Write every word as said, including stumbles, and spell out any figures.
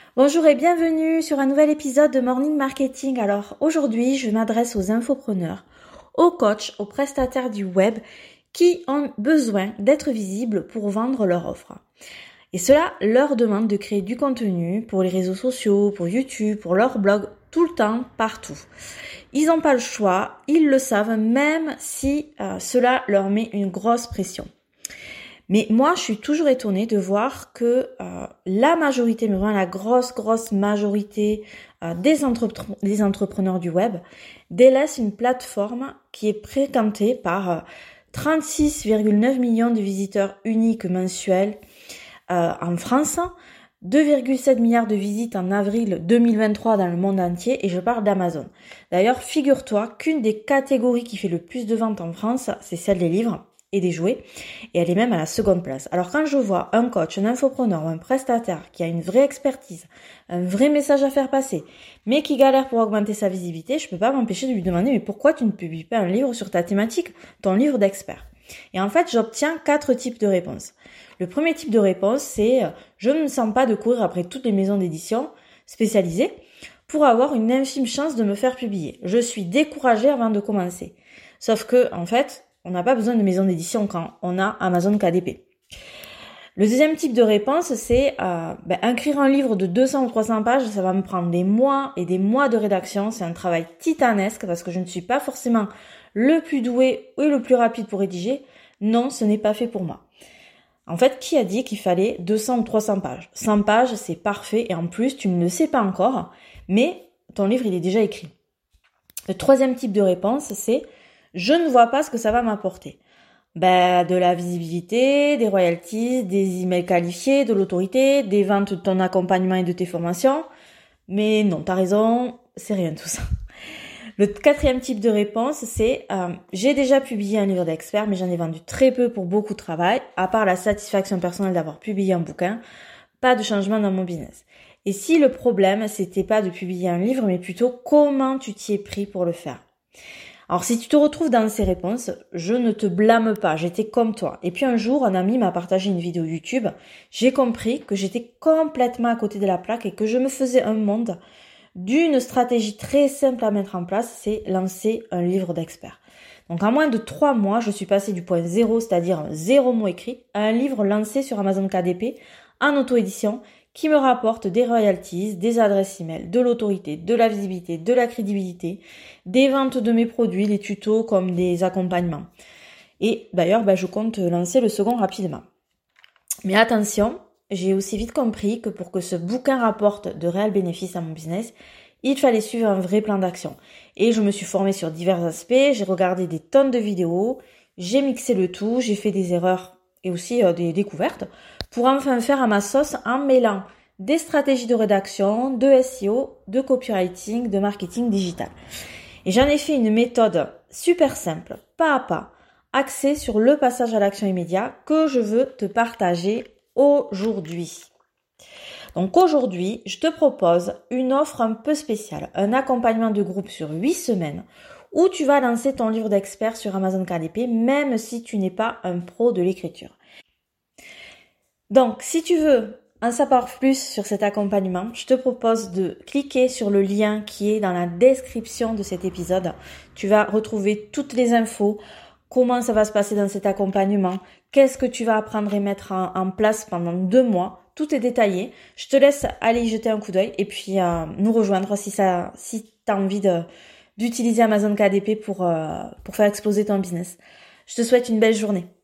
Bonjour et bienvenue sur un nouvel épisode de Morning Marketing. Alors aujourd'hui, je m'adresse aux infopreneurs, aux coachs, aux prestataires du web qui ont besoin d'être visibles pour vendre leur offre. Et cela leur demande de créer du contenu pour les réseaux sociaux, pour YouTube, pour leur blog, tout le temps, partout. Ils n'ont pas le choix, ils le savent, même si euh, cela leur met une grosse pression. Mais moi, je suis toujours étonnée de voir que euh, la majorité, mais vraiment la grosse, grosse majorité euh, des, entrepre- des entrepreneurs du web délaissent une plateforme qui est fréquentée par euh, trente-six virgule neuf millions de visiteurs uniques mensuels euh, en France, deux virgule sept milliards de visites en avril deux mille vingt-trois dans le monde entier, et je parle d'Amazon. D'ailleurs, figure-toi qu'une des catégories qui fait le plus de ventes en France, c'est celle des livres et des jouets, et elle est même à la seconde place. Alors quand je vois un coach, un infopreneur ou un prestataire qui a une vraie expertise, un vrai message à faire passer, mais qui galère pour augmenter sa visibilité, je peux pas m'empêcher de lui demander mais pourquoi tu ne publies pas un livre sur ta thématique, ton livre d'expert? Et en fait, j'obtiens quatre types de réponses. Le premier type de réponse, c'est « je ne me sens pas de courir après toutes les maisons d'édition spécialisées pour avoir une infime chance de me faire publier. Je suis découragée avant de commencer. » Sauf que, en fait, on n'a pas besoin de maison d'édition quand on a Amazon K D P. Le deuxième type de réponse, c'est euh, ben, écrire un livre de deux cents ou trois cents pages, ça va me prendre des mois et des mois de rédaction. C'est un travail titanesque parce que je ne suis pas forcément le plus doué ou le plus rapide pour rédiger. Non, ce n'est pas fait pour moi. En fait, qui a dit qu'il fallait deux cents ou trois cents pages? cent pages, c'est parfait et en plus, tu ne le sais pas encore, mais ton livre, il est déjà écrit. Le troisième type de réponse, c'est je ne vois pas ce que ça va m'apporter. Ben, de la visibilité, des royalties, des emails qualifiés, de l'autorité, des ventes de ton accompagnement et de tes formations. Mais non, t'as raison, c'est rien tout ça. Le quatrième type de réponse, c'est euh, j'ai déjà publié un livre d'expert, mais j'en ai vendu très peu pour beaucoup de travail, à part la satisfaction personnelle d'avoir publié un bouquin, pas de changement dans mon business. Et si le problème, c'était pas de publier un livre, mais plutôt comment tu t'y es pris pour le faire. Alors si tu te retrouves dans ces réponses, je ne te blâme pas, j'étais comme toi. Et puis un jour, un ami m'a partagé une vidéo YouTube, j'ai compris que j'étais complètement à côté de la plaque et que je me faisais un monde d'une stratégie très simple à mettre en place, c'est lancer un livre d'expert. Donc en moins de trois mois, je suis passée du point zéro, c'est-à-dire zéro mot écrit, à un livre lancé sur Amazon K D P en auto-édition qui me rapporte des royalties, des adresses email, de l'autorité, de la visibilité, de la crédibilité, des ventes de mes produits, les tutos comme des accompagnements. Et d'ailleurs, ben, je compte lancer le second rapidement. Mais attention, j'ai aussi vite compris que pour que ce bouquin rapporte de réels bénéfices à mon business, il fallait suivre un vrai plan d'action. Et je me suis formée sur divers aspects, j'ai regardé des tonnes de vidéos, j'ai mixé le tout, j'ai fait des erreurs et aussi euh, des découvertes pour enfin faire à ma sauce en mêlant des stratégies de rédaction, de S E O, de copywriting, de marketing digital. Et j'en ai fait une méthode super simple, pas à pas, axée sur le passage à l'action immédiat que je veux te partager aujourd'hui. Donc aujourd'hui, je te propose une offre un peu spéciale, un accompagnement de groupe sur huit semaines où tu vas lancer ton livre d'expert sur Amazon K D P même si tu n'es pas un pro de l'écriture. Donc, si tu veux en savoir plus sur cet accompagnement, je te propose de cliquer sur le lien qui est dans la description de cet épisode. Tu vas retrouver toutes les infos, comment ça va se passer dans cet accompagnement, qu'est-ce que tu vas apprendre et mettre en, en place pendant deux mois. Tout est détaillé. Je te laisse aller y jeter un coup d'œil et puis euh, nous rejoindre si ça, si tu as envie de, d'utiliser Amazon K D P pour, euh, pour faire exploser ton business. Je te souhaite une belle journée.